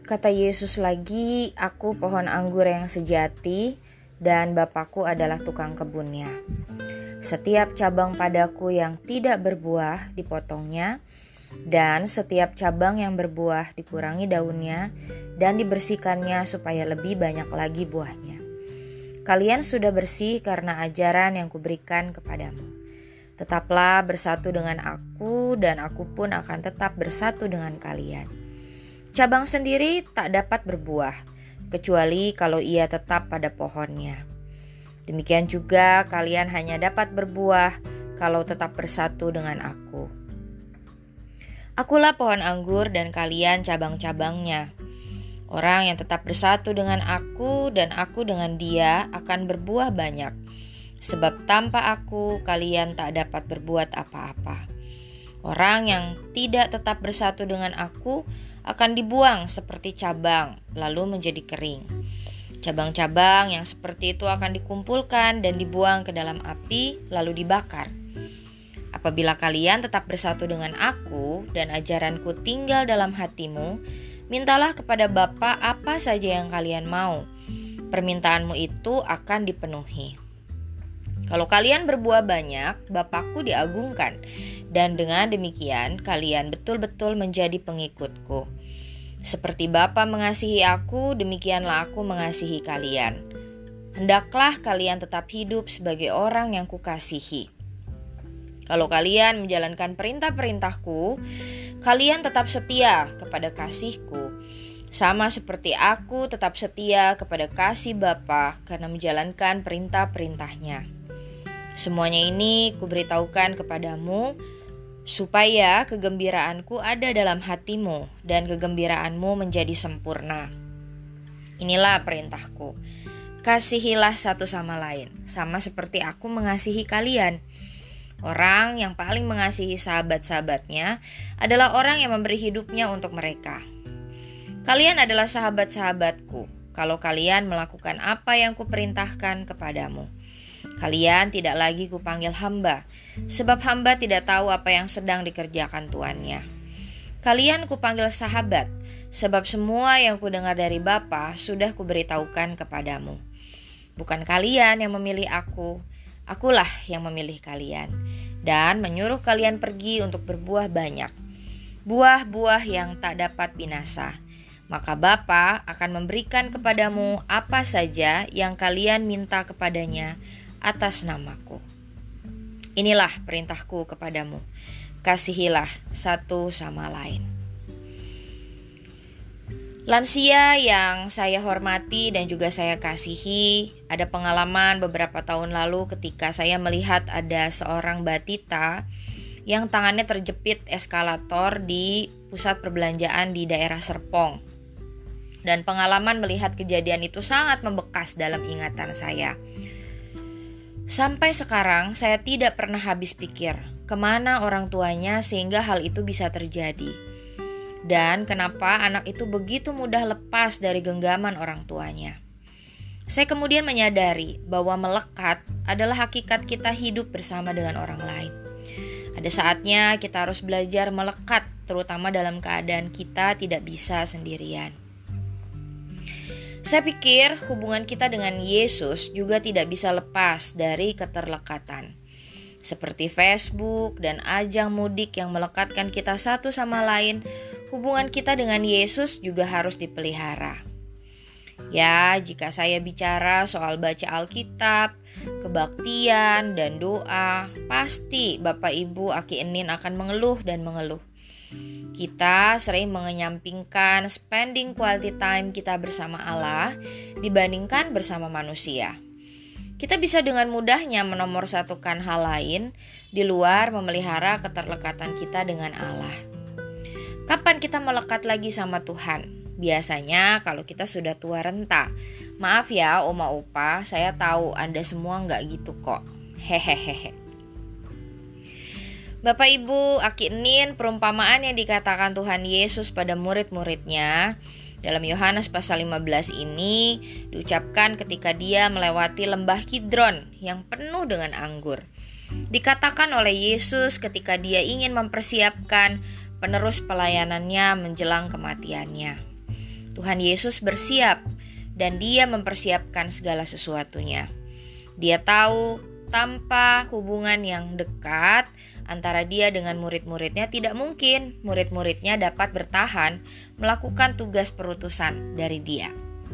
Kata Yesus lagi, "Aku pohon anggur yang sejati dan Bapakku adalah tukang kebunnya. Setiap cabang padaku yang tidak berbuah dipotongnya, dan setiap cabang yang berbuah dikurangi daunnya dan dibersihkannya supaya lebih banyak lagi buahnya. Kalian sudah bersih karena ajaran yang kuberikan kepadamu. Tetaplah bersatu dengan aku dan aku pun akan tetap bersatu dengan kalian. Cabang sendiri tak dapat berbuah, kecuali kalau ia tetap pada pohonnya. Demikian juga kalian hanya dapat berbuah kalau tetap bersatu dengan aku. Akulah pohon anggur dan kalian cabang-cabangnya. Orang yang tetap bersatu dengan aku dan aku dengan dia akan berbuah banyak. Sebab tanpa aku kalian tak dapat berbuat apa-apa. Orang yang tidak tetap bersatu dengan aku akan dibuang seperti cabang, lalu menjadi kering. Cabang-cabang yang seperti itu akan dikumpulkan dan dibuang ke dalam api, lalu dibakar. Apabila kalian tetap bersatu dengan aku dan ajaranku tinggal dalam hatimu, mintalah kepada Bapa apa saja yang kalian mau. Permintaanmu itu akan dipenuhi. Kalau kalian berbuah banyak, Bapakku diagungkan, dan dengan demikian kalian betul-betul menjadi pengikutku. Seperti Bapa mengasihi aku, demikianlah aku mengasihi kalian. Hendaklah kalian tetap hidup sebagai orang yang kukasihi. Kalau kalian menjalankan perintah-perintahku, kalian tetap setia kepada kasihku. Sama seperti aku tetap setia kepada kasih Bapa karena menjalankan perintah-perintahnya. Semuanya ini kuberitahukan kepadamu supaya kegembiraanku ada dalam hatimu dan kegembiraanmu menjadi sempurna. Inilah perintahku. Kasihilah satu sama lain, sama seperti aku mengasihi kalian. Orang yang paling mengasihi sahabat-sahabatnya adalah orang yang memberi hidupnya untuk mereka. Kalian adalah sahabat-sahabatku kalau kalian melakukan apa yang kuperintahkan kepadamu. Kalian tidak lagi kupanggil hamba, sebab hamba tidak tahu apa yang sedang dikerjakan tuannya. Kalian kupanggil sahabat, sebab semua yang kudengar dari Bapa sudah kuberitahukan kepadamu. Bukan kalian yang memilih aku, akulah yang memilih kalian, dan menyuruh kalian pergi untuk berbuah banyak, buah-buah yang tak dapat binasa. Maka Bapa akan memberikan kepadamu apa saja yang kalian minta kepadanya atas namaku. Inilah perintahku kepadamu, kasihilah satu sama lain. Lansia yang saya hormati dan juga saya kasihi, ada pengalaman beberapa tahun lalu ketika saya melihat ada seorang batita yang tangannya terjepit eskalator di pusat perbelanjaan di daerah Serpong. Dan pengalaman melihat kejadian itu sangat membekas dalam ingatan saya. Sampai sekarang saya tidak pernah habis pikir kemana orang tuanya sehingga hal itu bisa terjadi. Dan kenapa anak itu begitu mudah lepas dari genggaman orang tuanya. Saya kemudian menyadari bahwa melekat adalah hakikat kita hidup bersama dengan orang lain. Ada saatnya kita harus belajar melekat, terutama dalam keadaan kita tidak bisa sendirian. Saya pikir hubungan kita dengan Yesus juga tidak bisa lepas dari keterlekatan. Seperti Facebook dan ajang mudik yang melekatkan kita satu sama lain, hubungan kita dengan Yesus juga harus dipelihara. Ya, jika saya bicara soal baca Alkitab, kebaktian, dan doa, pasti Bapak Ibu Aki Enin akan mengeluh dan mengeluh. Kita sering mengenyampingkan spending quality time kita bersama Allah dibandingkan bersama manusia. Kita bisa dengan mudahnya menomorsatukan hal lain di luar memelihara keterlekatan kita dengan Allah. Kapan kita melekat lagi sama Tuhan? Biasanya kalau kita sudah tua renta. Maaf ya Oma Opa, saya tahu Anda semua nggak gitu kok. Hehehe. Bapak Ibu Aki Enin, perumpamaan yang dikatakan Tuhan Yesus pada murid-muridnya dalam Yohanes pasal 15 ini diucapkan ketika dia melewati lembah Kidron yang penuh dengan anggur. Dikatakan oleh Yesus ketika dia ingin mempersiapkan penerus pelayanannya menjelang kematiannya. Tuhan Yesus bersiap dan Dia mempersiapkan segala sesuatunya. Dia tahu tanpa hubungan yang dekat antara Dia dengan murid-muridnya, tidak mungkin murid-muridnya dapat bertahan melakukan tugas perutusan dari Dia.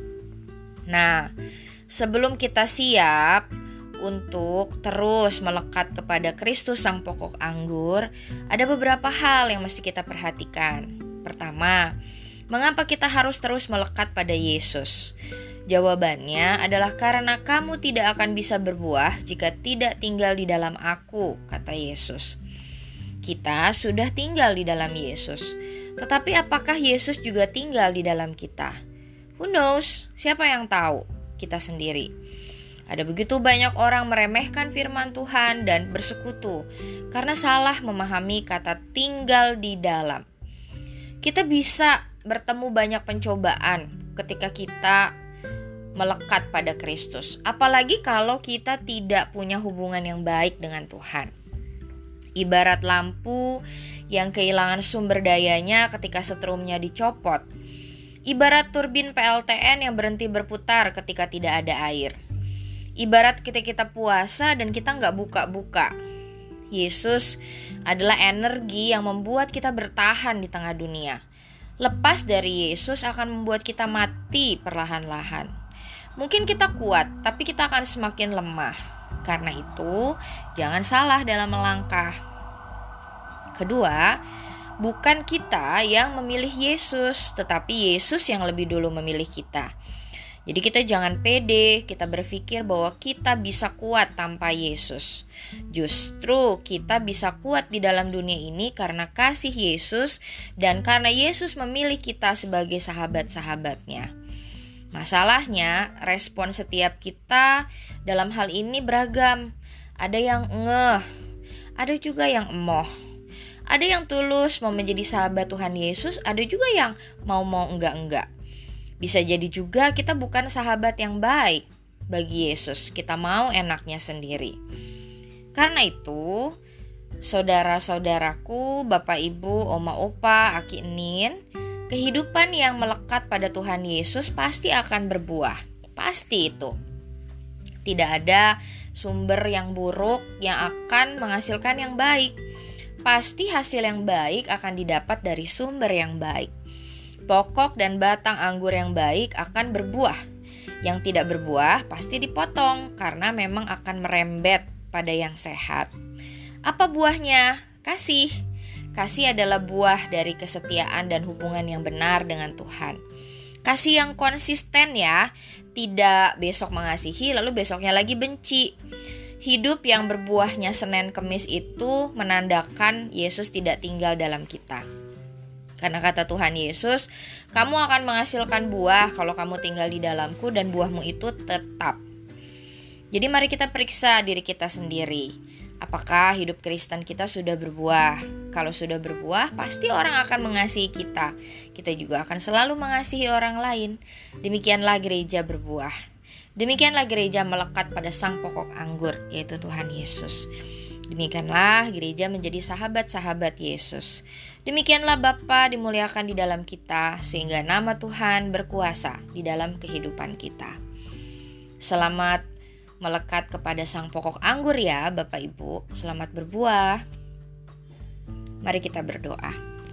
Nah, sebelum kita siap untuk terus melekat kepada Kristus Sang Pokok Anggur, ada beberapa hal yang mesti kita perhatikan. Pertama, mengapa kita harus terus melekat pada Yesus? Jawabannya adalah karena kamu tidak akan bisa berbuah jika tidak tinggal di dalam Aku, kata Yesus. Kita sudah tinggal di dalam Yesus, tetapi apakah Yesus juga tinggal di dalam kita? Who knows? Siapa yang tahu? Kita sendiri. Ada begitu banyak orang meremehkan firman Tuhan dan bersekutu karena salah memahami kata tinggal di dalam. Kita bisa bertemu banyak pencobaan ketika kita melekat pada Kristus. Apalagi kalau kita tidak punya hubungan yang baik dengan Tuhan. Ibarat lampu yang kehilangan sumber dayanya ketika setrumnya dicopot. Ibarat turbin PLTN yang berhenti berputar ketika tidak ada air. Ibarat kita puasa dan kita nggak buka-buka. Yesus adalah energi yang membuat kita bertahan di tengah dunia. Lepas dari Yesus akan membuat kita mati perlahan-lahan. Mungkin kita kuat, tapi kita akan semakin lemah. Karena itu, jangan salah dalam melangkah. Kedua, bukan kita yang memilih Yesus, tetapi Yesus yang lebih dulu memilih kita. Jadi kita jangan pede, kita berpikir bahwa kita bisa kuat tanpa Yesus. Justru kita bisa kuat di dalam dunia ini karena kasih Yesus dan karena Yesus memilih kita sebagai sahabat-sahabatnya. Masalahnya, respon setiap kita dalam hal ini beragam. Ada yang ngeh, ada juga yang emoh. Ada yang tulus mau menjadi sahabat Tuhan Yesus, ada juga yang mau enggak-enggak. Bisa jadi juga kita bukan sahabat yang baik bagi Yesus. Kita mau enaknya sendiri. Karena itu, saudara-saudaraku, bapak ibu, oma opa, aki enin, kehidupan yang melekat pada Tuhan Yesus pasti akan berbuah. Pasti itu. Tidak ada sumber yang buruk yang akan menghasilkan yang baik. Pasti hasil yang baik akan didapat dari sumber yang baik. Pokok dan batang anggur yang baik akan berbuah. Yang tidak berbuah pasti dipotong karena memang akan merembet pada yang sehat. Apa buahnya? Kasih. Kasih adalah buah dari kesetiaan dan hubungan yang benar dengan Tuhan. Kasih yang konsisten ya, tidak besok mengasihi lalu besoknya lagi benci. Hidup yang berbuahnya Senin Kemis itu menandakan Yesus tidak tinggal dalam kita. Karena kata Tuhan Yesus, kamu akan menghasilkan buah kalau kamu tinggal di dalamku dan buahmu itu tetap. Jadi mari kita periksa diri kita sendiri. Apakah hidup Kristen kita sudah berbuah? Kalau sudah berbuah, pasti orang akan mengasihi kita. Kita juga akan selalu mengasihi orang lain. Demikianlah gereja berbuah. Demikianlah gereja melekat pada Sang Pokok Anggur, yaitu Tuhan Yesus. Demikianlah gereja menjadi sahabat-sahabat Yesus. Demikianlah Bapa dimuliakan di dalam kita, sehingga nama Tuhan berkuasa di dalam kehidupan kita. Selamat melekat kepada Sang Pokok Anggur ya Bapak Ibu. Selamat berbuah. Mari kita berdoa.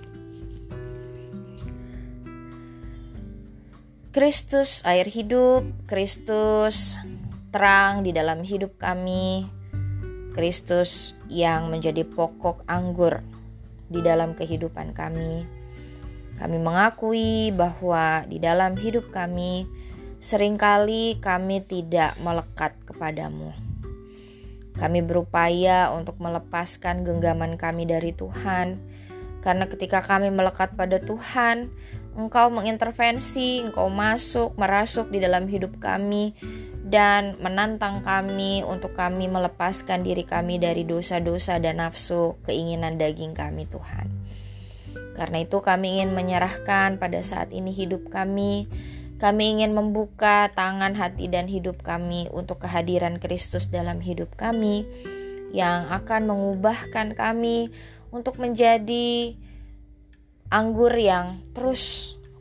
Kristus air hidup, Kristus terang di dalam hidup kami, Kristus yang menjadi pokok anggur di dalam kehidupan kami. Kami mengakui bahwa di dalam hidup kami seringkali kami tidak melekat kepadamu. Kami berupaya untuk melepaskan genggaman kami dari Tuhan, karena ketika kami melekat pada Tuhan, Engkau mengintervensi, Engkau merasuk di dalam hidup kami dan menantang kami untuk kami melepaskan diri kami dari dosa-dosa dan nafsu keinginan daging kami Tuhan. Karena itu kami ingin menyerahkan pada saat ini hidup kami. Kami ingin membuka tangan, hati, dan hidup kami untuk kehadiran Kristus dalam hidup kami yang akan mengubahkan kami untuk menjadi anggur yang terus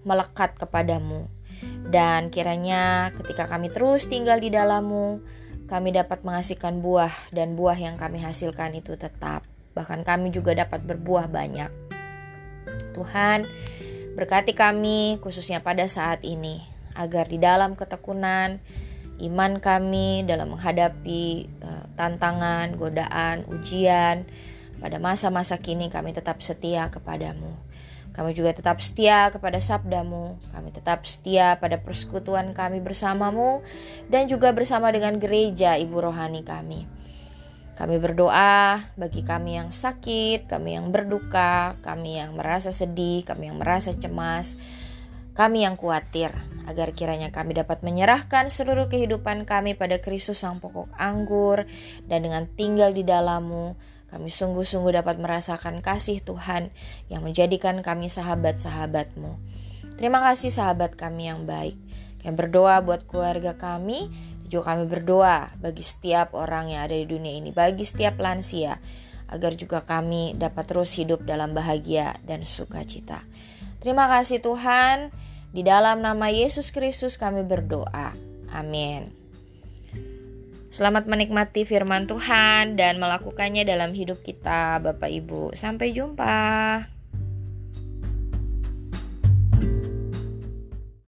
melekat kepadamu. Dan kiranya ketika kami terus tinggal di dalam-Mu, kami dapat menghasilkan buah, dan buah yang kami hasilkan itu tetap. Bahkan kami juga dapat berbuah banyak. Tuhan, berkati kami khususnya pada saat ini, agar di dalam ketekunan iman kami dalam menghadapi tantangan, godaan, ujian, pada masa-masa kini kami tetap setia kepadamu. Kami juga tetap setia kepada sabdamu. Kami tetap setia pada persekutuan kami bersamamu dan juga bersama dengan gereja ibu rohani kami. Kami berdoa bagi kami yang sakit, kami yang berduka, kami yang merasa sedih, kami yang merasa cemas, kami yang khawatir, agar kiranya kami dapat menyerahkan seluruh kehidupan kami pada Kristus sang pokok anggur, dan dengan tinggal di dalam-Mu, kami sungguh-sungguh dapat merasakan kasih Tuhan yang menjadikan kami sahabat-sahabat-Mu. Terima kasih sahabat kami yang baik. Kami berdoa buat keluarga kami, juga kami berdoa bagi setiap orang yang ada di dunia ini, bagi setiap lansia, agar juga kami dapat terus hidup dalam bahagia dan sukacita. Terima kasih Tuhan, di dalam nama Yesus Kristus kami berdoa. Amin. Selamat menikmati firman Tuhan dan melakukannya dalam hidup kita, Bapak Ibu. Sampai jumpa.